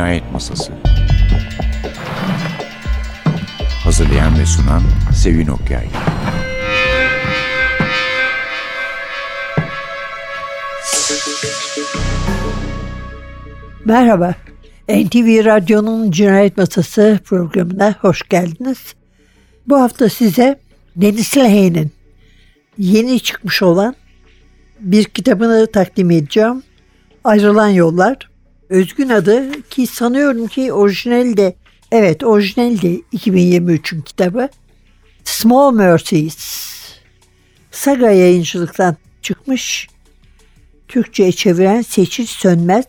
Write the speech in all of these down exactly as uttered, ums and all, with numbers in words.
Cinayet Masası. Hazırlayan ve sunan Sevin Okyay. Merhaba, N T V Radyo'nun Cinayet Masası programına hoş geldiniz. Bu hafta size Dennis Lehane'in yeni çıkmış olan bir kitabını takdim edeceğim. Ayrılan Yollar. Özgün adı ki sanıyorum ki orijinali de, evet orijinali de iki bin yirmi üçün kitabı. Small Mercies. Saga Yayıncılık'tan çıkmış. Türkçe'ye çeviren Seçil Sönmez.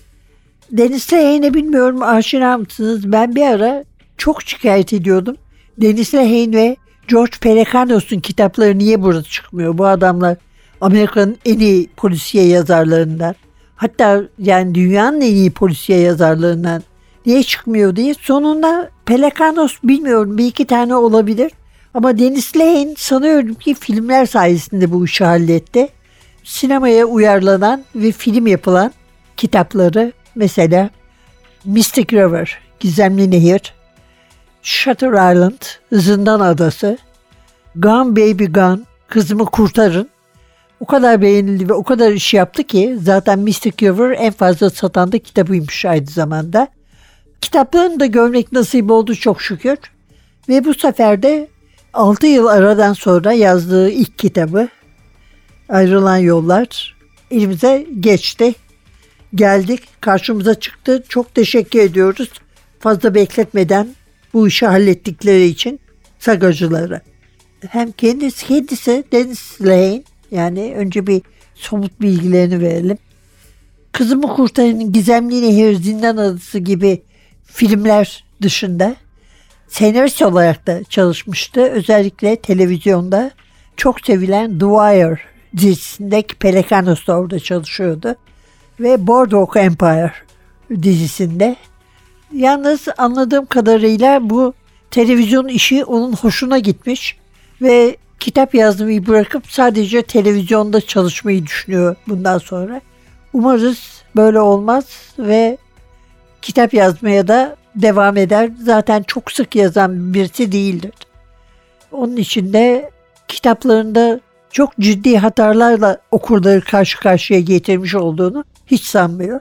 Dennis Lehane'i bilmiyorum, aşina mısınız? Ben bir ara çok şikayet ediyordum. Dennis Lehane ve George Pelecanos'un kitapları niye burada çıkmıyor? Bu adamlar Amerika'nın en iyi polisiye yazarlarından. Hatta yani dünyanın en iyi polisiye yazarlarından niye çıkmıyor diye. Sonunda Pelecanos bilmiyorum, bir iki tane olabilir. Ama Dennis Lehane sanıyorum ki filmler sayesinde bu işi halletti. Sinemaya uyarlanan ve film yapılan kitapları mesela Mystic River, Gizemli Nehir, Shutter Island, Zindan Adası, Gone Baby Gone, Kızımı Kurtarın. O kadar beğenildi ve o kadar iş yaptı ki zaten Mystic River en fazla satan da kitabıymış aynı zamanda. Kitaplarını da görmek nasip oldu çok şükür. Ve bu sefer de altı yıl aradan sonra yazdığı ilk kitabı Ayrılan Yollar elimize geçti. Geldik, karşımıza çıktı. Çok teşekkür ediyoruz. Fazla bekletmeden bu işi hallettikleri için sagacılara. Hem kendisi, kendisi Dennis Lehane, yani önce bir somut bilgilerini verelim. Kızımı Kurtarın, Gizemli Nehir, Zindan Adası gibi filmler dışında senarist olarak da çalışmıştı. Özellikle televizyonda çok sevilen The Wire dizisindeki Pelecanos da orada çalışıyordu. Ve Boardwalk Empire dizisinde. Yalnız anladığım kadarıyla bu televizyon işi onun hoşuna gitmiş ve kitap yazmayı bırakıp sadece televizyonda çalışmayı düşünüyor bundan sonra. Umarız böyle olmaz ve kitap yazmaya da devam eder. Zaten çok sık yazan birisi değildir. Onun için de kitaplarında çok ciddi hatalarla okurları karşı karşıya getirmiş olduğunu hiç sanmıyor.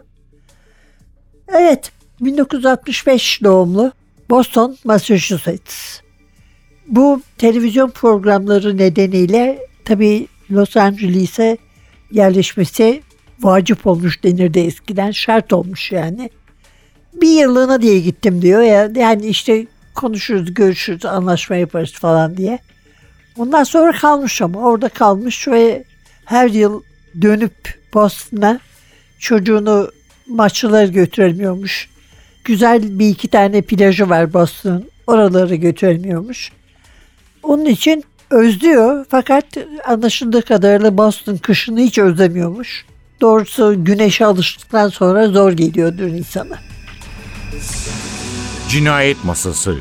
Evet, bin dokuz yüz altmış beş doğumlu, Boston, Massachusetts. Bu televizyon programları nedeniyle tabii Los Angeles'e yerleşmesi vacip olmuş denirdi eskiden, şart olmuş yani. Bir yıllığına diye gittim diyor ya, yani işte konuşuruz, görüşürüz, anlaşma yaparız falan diye. Ondan sonra kalmış ama orada kalmış ve her yıl dönüp Boston'a çocuğunu maçlara götüremiyormuş. Güzel bir iki tane plajı var Boston'ın, oraları götüremiyormuş. Onun için özlüyor fakat anlaşıldığı kadarıyla Boston kışını hiç özlemiyormuş. Doğrusu güneşe alıştıktan sonra zor geliyordur insana. Cinayet Masası.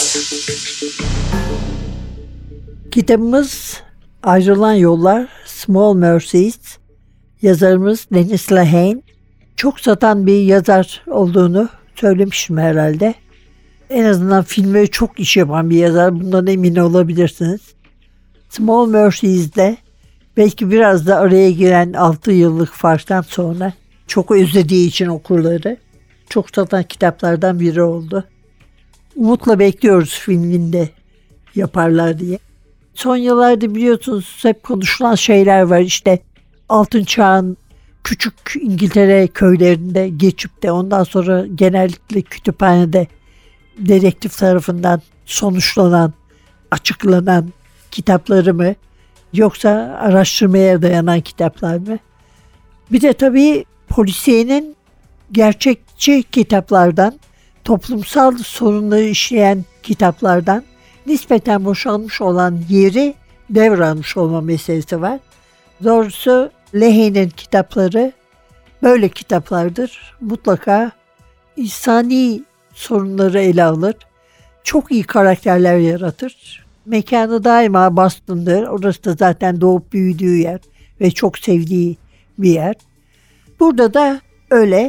Kitabımız Ayrılan Yollar, Small Mercies. Yazarımız Dennis Lehane. Çok satan bir yazar olduğunu söylemişim herhalde. En azından filmleri çok iş yapan bir yazar. Bundan emin olabilirsiniz. Small Mercies'de belki biraz da araya giren altı yıllık farktan sonra çok özlediği için okurları çok satan kitaplardan biri oldu. Umutla bekliyoruz filminde yaparlar diye. Son yıllarda biliyorsunuz hep konuşulan şeyler var. İşte Altın Çağ'ın küçük İngiltere köylerinde geçip de ondan sonra genellikle kütüphanede dedektif tarafından sonuçlanan, açıklanan kitapları mı yoksa araştırmaya dayanan kitaplar mı? Bir de tabii polisiyenin gerçekçi kitaplardan, toplumsal sorunları işleyen kitaplardan nispeten boşalmış olan yeri devralmış olma meselesi var. Doğrusu Lehane'in kitapları böyle kitaplardır. Mutlaka insani sorunları ele alır. Çok iyi karakterler yaratır. Mekanı daima Boston'dır. Orası da zaten doğup büyüdüğü yer ve çok sevdiği bir yer. Burada da öyle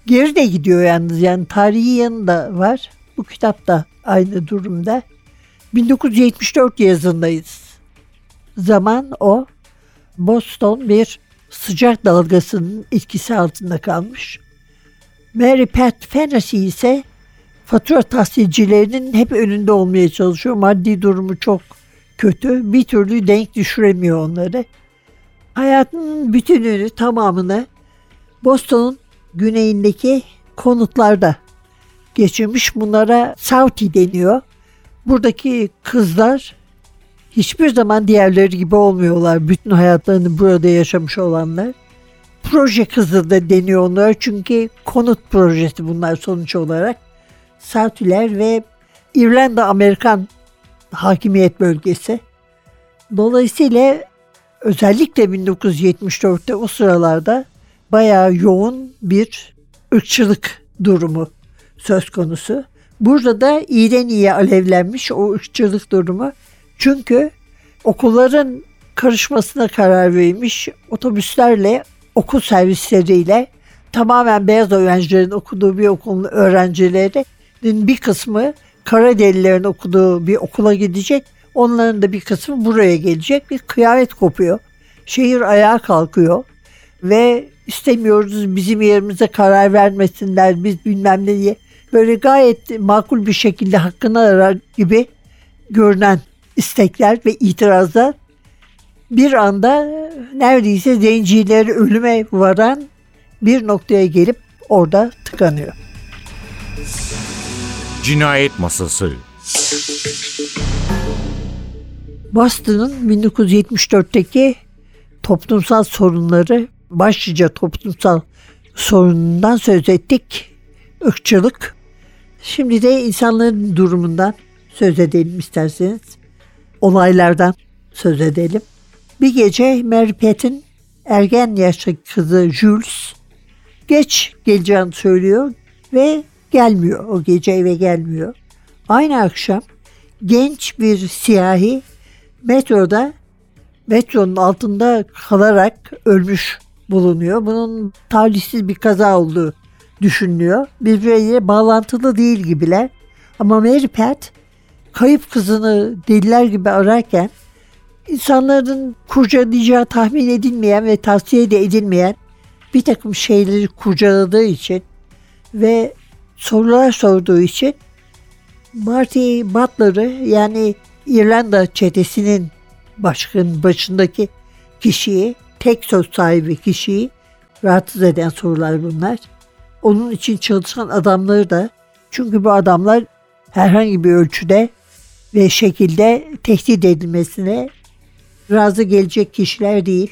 Geri de gidiyor yalnız, yani tarihi yanı da var. Bu kitap da aynı durumda. bin dokuz yüz yetmiş dört yazındayız. Zaman o. Boston bir sıcak dalgasının etkisi altında kalmış. Mary Pat Fennessy ise fatura tahsilcilerinin hep önünde olmaya çalışıyor. Maddi durumu çok kötü. Bir türlü denk düşüremiyor onları. Hayatının bütününü, tamamını Boston'un güneyindeki konutlarda geçirmiş. Bunlara Southie deniyor. Buradaki kızlar hiçbir zaman diğerleri gibi olmuyorlar. Bütün hayatlarını burada yaşamış olanlar. Proje kızı da deniyor onlara, çünkü konut projesi bunlar sonuç olarak. Southie'ler ve İrlanda Amerikan hakimiyet bölgesi. Dolayısıyla özellikle bin dokuz yüz yetmiş dörtte o sıralarda bayağı yoğun bir ırkçılık durumu söz konusu. Burada da iyiden iyiye alevlenmiş o ırkçılık durumu. Çünkü okulların karışmasına karar verilmiş. Otobüslerle, okul servisleriyle tamamen beyaz öğrencilerin okuduğu bir okulun öğrencilerinin bir kısmı Karadelilerin okuduğu bir okula gidecek. Onların da bir kısmı buraya gelecek. Bir kıyamet kopuyor. Şehir ayağa kalkıyor ve istemiyoruz, bizim yerimize karar vermesinler, biz bilmem ne diye böyle gayet makul bir şekilde hakkını arar gibi görünen istekler ve itirazlar bir anda neredeyse zencileri ölüme varan bir noktaya gelip orada tıkanıyor. Cinayet Masası. Boston'un bin dokuz yüz yetmiş dörtteki toplumsal sorunları, başlıca toplumsal sorunundan söz ettik. Irkçılık. Şimdi de insanların durumundan söz edelim isterseniz. Olaylardan söz edelim. Bir gece Mary Pat'in ergen yaştaki kızı Jules geç geleceğini söylüyor ve gelmiyor. O gece eve gelmiyor. Aynı akşam genç bir siyahi metroda, metronun altında kalarak ölmüş bulunuyor. Bunun talihsiz bir kaza olduğu düşünülüyor. Birbirleriyle bağlantılı değil gibiler. Ama Mary Pat kayıp kızını deliler gibi ararken insanların kurcalayacağı tahmin edilmeyen ve tavsiye de edilmeyen bir takım şeyleri kurcaladığı için ve sorular sorduğu için Marty Butler'ı, yani İrlanda çetesinin başkan başındaki kişiyi, tek söz sahibi kişiyi rahatsız eden sorular bunlar. Onun için çalışan adamları da, çünkü bu adamlar herhangi bir ölçüde ve şekilde tehdit edilmesine razı gelecek kişiler değil.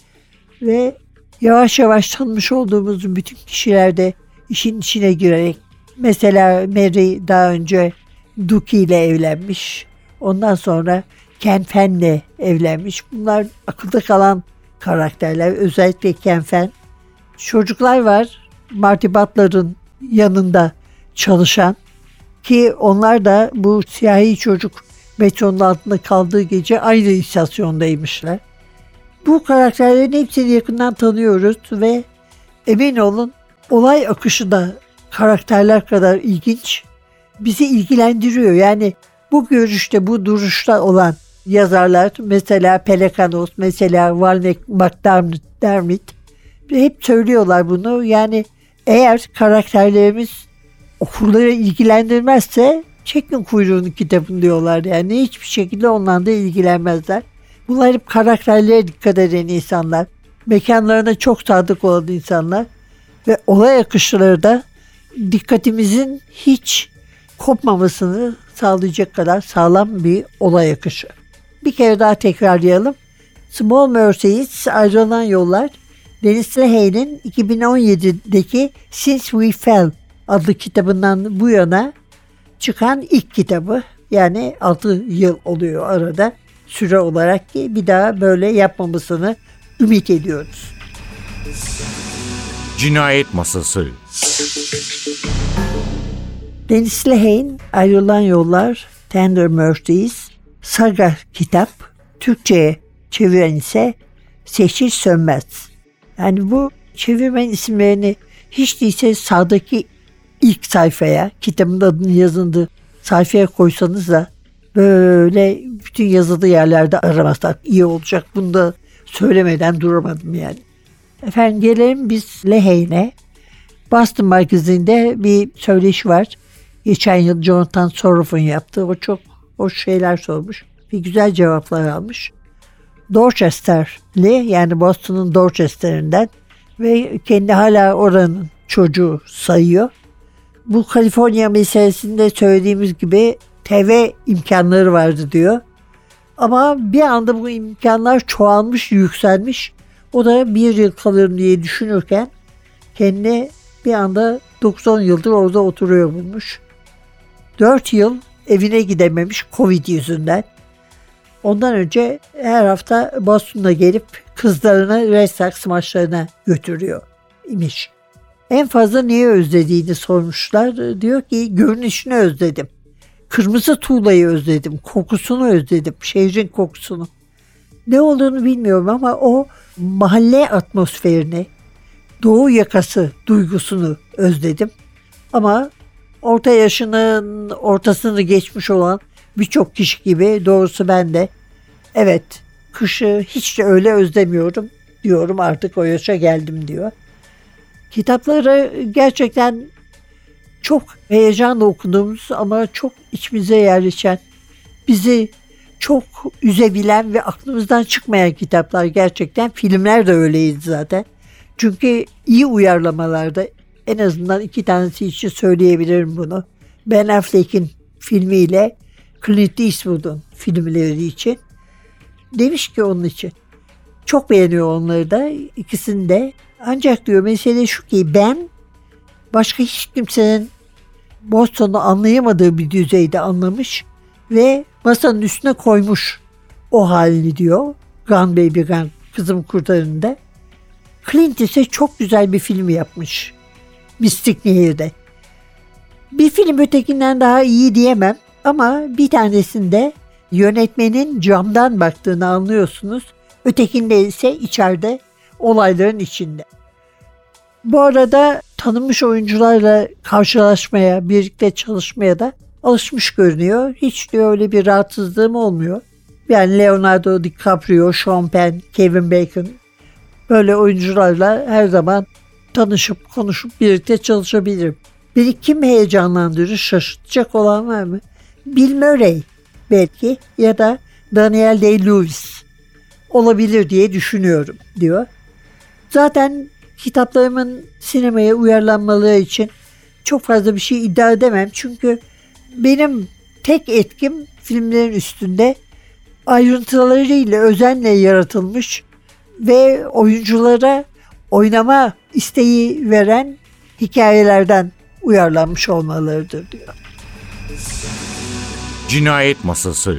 Ve yavaş yavaş tanımış olduğumuz bütün kişiler de işin içine girerek, mesela Mary daha önce Duki ile evlenmiş. Ondan sonra Ken Fenn'le evlenmiş. Bunlar akılda kalan karakterler. Özellikle Ken Fenn. Çocuklar var. Marty Butler'ın yanında çalışan, ki onlar da bu siyahi çocuk metronun altında kaldığı gece aynı istasyondaymışlar. Bu karakterlerin hepsini yakından tanıyoruz ve emin olun olay akışı da karakterler kadar ilginç, bizi ilgilendiriyor. Yani bu görüşte, bu duruşta olan yazarlar, mesela Pelekanos, mesela Val McDermid hep söylüyorlar bunu. Yani eğer karakterlerimiz okurları ilgilendirmezse çekin kuyruğunu kitabın diyorlar. Yani hiçbir şekilde ondan da ilgilenmezler. Bunlar hep karakterlere dikkat eden insanlar. Mekanlarına çok sadık olan insanlar. Ve olay akışları da dikkatimizin hiç kopmamasını sağlayacak kadar sağlam bir olay akışı. Bir kere daha tekrarlayalım. Small Mercies, Ayrılan Yollar, Dennis Lehaye'nin iki bin on yedideki Since We Fell adlı kitabından bu yana çıkan ilk kitabı. Yani altı yıl oluyor arada süre olarak, ki bir daha böyle yapmamasını ümit ediyoruz. Cinayet Masası. Dennis Lehaye'nin Ayrılan Yollar, Tender Mercies, saga kitap, Türkçe'ye çeviren ise Seçil Sönmez. Yani bu çevirmen isimlerini hiç değilse sağdaki ilk sayfaya, kitabın adının yazıldığı sayfaya koysanız da böyle bütün yazılı yerlerde aramasak iyi olacak. Bunu da söylemeden duramadım yani. Efendim gelelim biz Lehane'e. Boston Magazine'de bir söyleşi var. Geçen yıl Jonathan Sorof'un yaptığı. O çok hoş şeyler sormuş. Bir güzel cevaplar almış. Dorchester'li, yani Boston'un Dorchester'inden ve kendi hala oranın çocuğu sayıyor. Bu Kaliforniya meselesinde söylediğimiz gibi T V imkanları vardı diyor. Ama bir anda bu imkanlar çoğalmış, yükselmiş. O da bir yıl kalırım diye düşünürken kendine bir anda doksan yıldır orada oturuyor bulmuş. dört yıl evine gidememiş Covid yüzünden. Ondan önce her hafta Boston'a gelip kızlarını Red Sox maçlarına götürüyor imiş. En fazla niye özlediğini sormuşlar. Diyor ki görünüşünü özledim. Kırmızı tuğlayı özledim. Kokusunu özledim. Şehrin kokusunu. Ne olduğunu bilmiyorum ama o mahalle atmosferini, doğu yakası duygusunu özledim. Ama orta yaşının ortasını geçmiş olan birçok kişi gibi doğrusu ben de evet kışı hiç de öyle özlemiyorum diyorum, artık o yaşa geldim diyor. Kitapları gerçekten çok heyecanla okuduğumuz ama çok içimize yerleşen, bizi çok üzebilen ve aklımızdan çıkmayan kitaplar gerçekten. Filmler de öyleydi zaten. Çünkü iyi uyarlamalarda, en azından iki tanesi için söyleyebilirim bunu. Ben Affleck'in filmiyle Clint Eastwood'un filmleri için. Demiş ki onun için. Çok beğeniyor onları da, ikisini de. Ancak diyor mesele şu ki ben başka hiç kimsenin Boston'u anlayamadığı bir düzeyde anlamış ve masanın üstüne koymuş o halini diyor. Gone Baby Gone, Kızım Kurtarın'da. Clint ise çok güzel bir film yapmış Mystic Nehir'de. Bir film ötekinden daha iyi diyemem ama bir tanesinde yönetmenin camdan baktığını anlıyorsunuz. Ötekinde ise içeride, olayların içinde. Bu arada tanınmış oyuncularla karşılaşmaya, birlikte çalışmaya da alışmış görünüyor. Hiç de öyle bir rahatsızlığım olmuyor. Yani Leonardo DiCaprio, Sean Penn, Kevin Bacon, böyle oyuncularla her zaman tanışıp konuşup birlikte çalışabilirim. Beni kim heyecanlandırır, şaşırtacak olan var mı? Bill Murray belki ya da Daniel Day-Lewis olabilir diye düşünüyorum diyor. Zaten kitaplarımın sinemaya uyarlanmaları için çok fazla bir şey iddia edemem. Çünkü benim tek etkim filmlerin üstünde ayrıntılarıyla özenle yaratılmış ve oyunculara oynama isteği veren hikayelerden uyarlanmış olmalarıdır diyor. Cinayet Masası.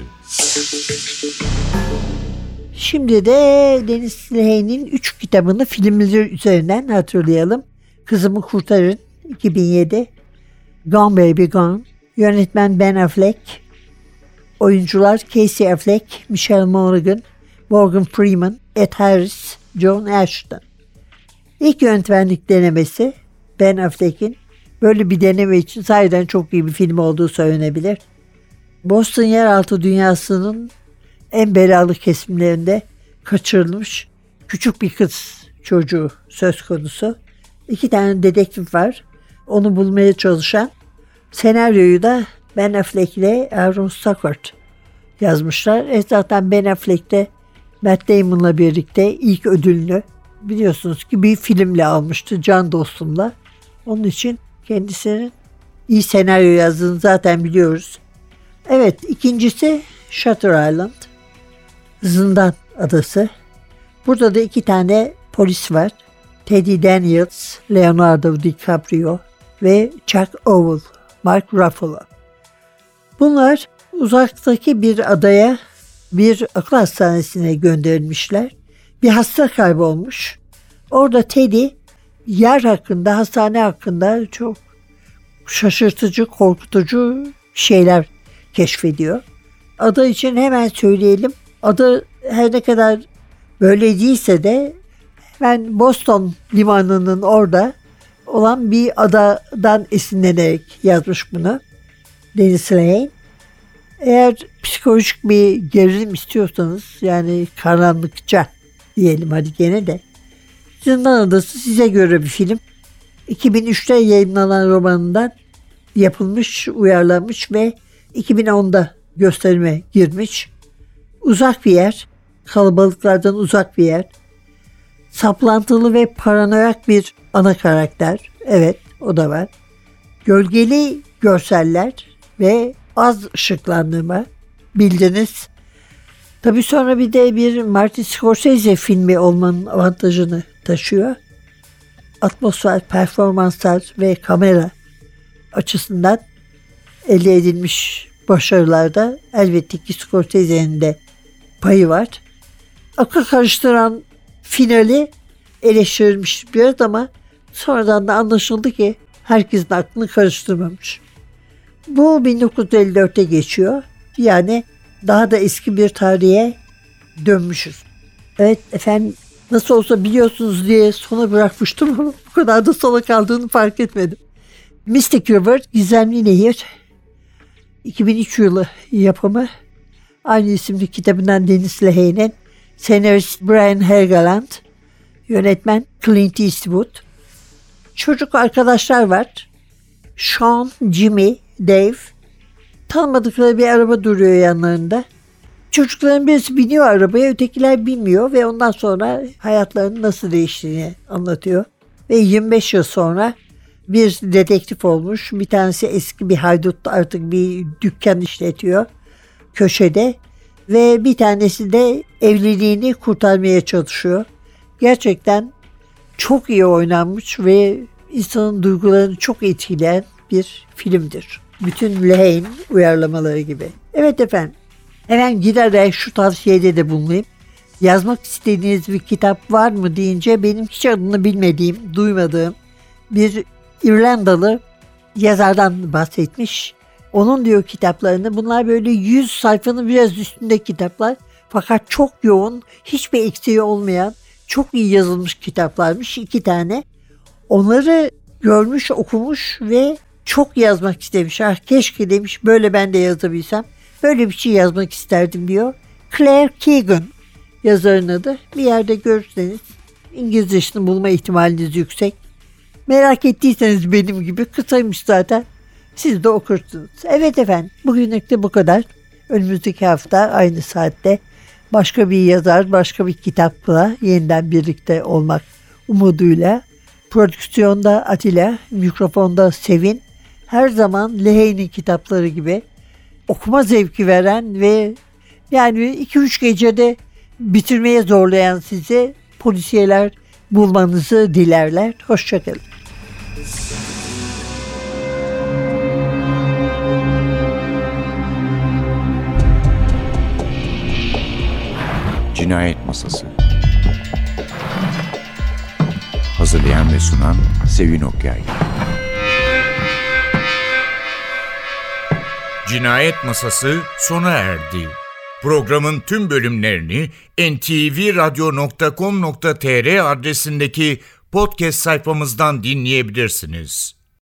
Şimdi de Dennis Lehane'in üç kitabını filmleri üzerinden hatırlayalım. Kızımı Kurtarın iki bin yedi, Gone Baby Gone, yönetmen Ben Affleck, oyuncular Casey Affleck, Michelle Monaghan, Morgan Freeman, Ed Harris, John Ashton. İlk yönetmenlik denemesi Ben Affleck'in, böyle bir deneme için sahiden çok iyi bir film olduğu söylenebilir. Boston yeraltı dünyasının en belalı kesimlerinde kaçırılmış küçük bir kız çocuğu söz konusu. İki tane dedektif var. Onu bulmaya çalışan. Senaryoyu da Ben Affleck ile Aaron Stockard yazmışlar. E zaten Ben Affleck de Matt Damon'la birlikte ilk ödülünü biliyorsunuz ki bir filmle almıştı, Can Dostum'la. Onun için kendisinin iyi senaryo yazdığını zaten biliyoruz. Evet, ikincisi Shutter Island, Zindan Adası. Burada da iki tane polis var. Teddy Daniels, Leonardo DiCaprio ve Chuck Owl, Mark Ruffalo. Bunlar uzaktaki bir adaya, bir akıl hastanesine gönderilmişler. Bir hasta kaybolmuş. Orada Teddy yer hakkında, hastane hakkında çok şaşırtıcı, korkutucu şeyler keşfediyor. Adı için hemen söyleyelim. Adı her ne kadar böyle değilse de hemen Boston limanının orada olan bir adadan esinlenerek yazmış bunu Dennis Lehane. Eğer psikolojik bir gerilim istiyorsanız, yani karanlıkça diyelim hadi gene de, Zindan Adası size göre bir film. iki bin üçte yayınlanan romanından yapılmış, uyarlanmış ve iki bin onda gösterime girmiş. Uzak bir yer, kalabalıklardan uzak bir yer. Saplantılı ve paranoyak bir ana karakter. Evet, o da var. Gölgeli görseller ve az ışıklandırma. Bildiniz. Tabii sonra bir de bir Martin Scorsese filmi olmanın avantajını taşıyor. Atmosfer, performanslar ve kamera açısından elde edilmiş başarılarda elbette ki Scorsese'nin de payı var. Akıl karıştıran finali eleştirilmiş biraz ama sonradan da anlaşıldı ki herkesin aklını karıştırmamış. Bu bin dokuz yüz elli dörtte geçiyor. Yani daha da eski bir tarihe dönmüşüz. Evet efendim, nasıl olsa biliyorsunuz diye sona bırakmıştım ama bu kadar da sona kaldığını fark etmedim. Mystic River, Gizemli Nehir, iki bin üç yılı yapımı, aynı isimli kitabından Dennis Lehane'in, senarist Brian Helgeland, yönetmen Clint Eastwood. Çocuk arkadaşlar var. Sean, Jimmy, Dave. Tanımadıkları bir araba duruyor yanlarında. Çocukların birisi biniyor arabaya, ötekiler binmiyor ve ondan sonra hayatlarının nasıl değiştiğini anlatıyor. Ve yirmi beş yıl sonra bir dedektif olmuş. Bir tanesi eski bir haydut, artık bir dükkan işletiyor köşede. Ve bir tanesi de evliliğini kurtarmaya çalışıyor. Gerçekten çok iyi oynanmış ve insanın duygularını çok etkileyen bir filmdir. Bütün Lehane uyarlamaları gibi. Evet efendim. Hemen giderek şu tavsiyede de bulunayım. Yazmak istediğiniz bir kitap var mı deyince benim hiç adını bilmediğim, duymadığım bir İrlandalı yazardan bahsetmiş. Onun diyor kitaplarını, bunlar böyle yüz sayfanın biraz üstünde kitaplar. Fakat çok yoğun, hiçbir eksiği olmayan, çok iyi yazılmış kitaplarmış, iki tane. Onları görmüş, okumuş ve çok yazmak istemiş. Ah, keşke demiş, böyle ben de yazabilsem. Böyle bir şey yazmak isterdim diyor. Claire Keegan yazarın adı. Bir yerde görürseniz İngilizcesini bulma ihtimaliniz yüksek. Merak ettiyseniz benim gibi, kısaymış zaten. Siz de okursunuz. Evet efendim, bugünlük de bu kadar. Önümüzdeki hafta aynı saatte başka bir yazar, başka bir kitapla yeniden birlikte olmak umuduyla. Prodüksiyonda Atilla, mikrofonda Sevin. Her zaman Lehane'in kitapları gibi okuma zevki veren ve yani iki üç gecede bitirmeye zorlayan size polisiyeler bulmanızı dilerler. Hoşçakalın. Cinayet Masası. Hazırlayan ve sunan Sevin Okyay. Cinayet Masası sona erdi. Programın tüm bölümlerini en te ve radyo nokta com nokta tr adresindeki podcast sayfamızdan dinleyebilirsiniz.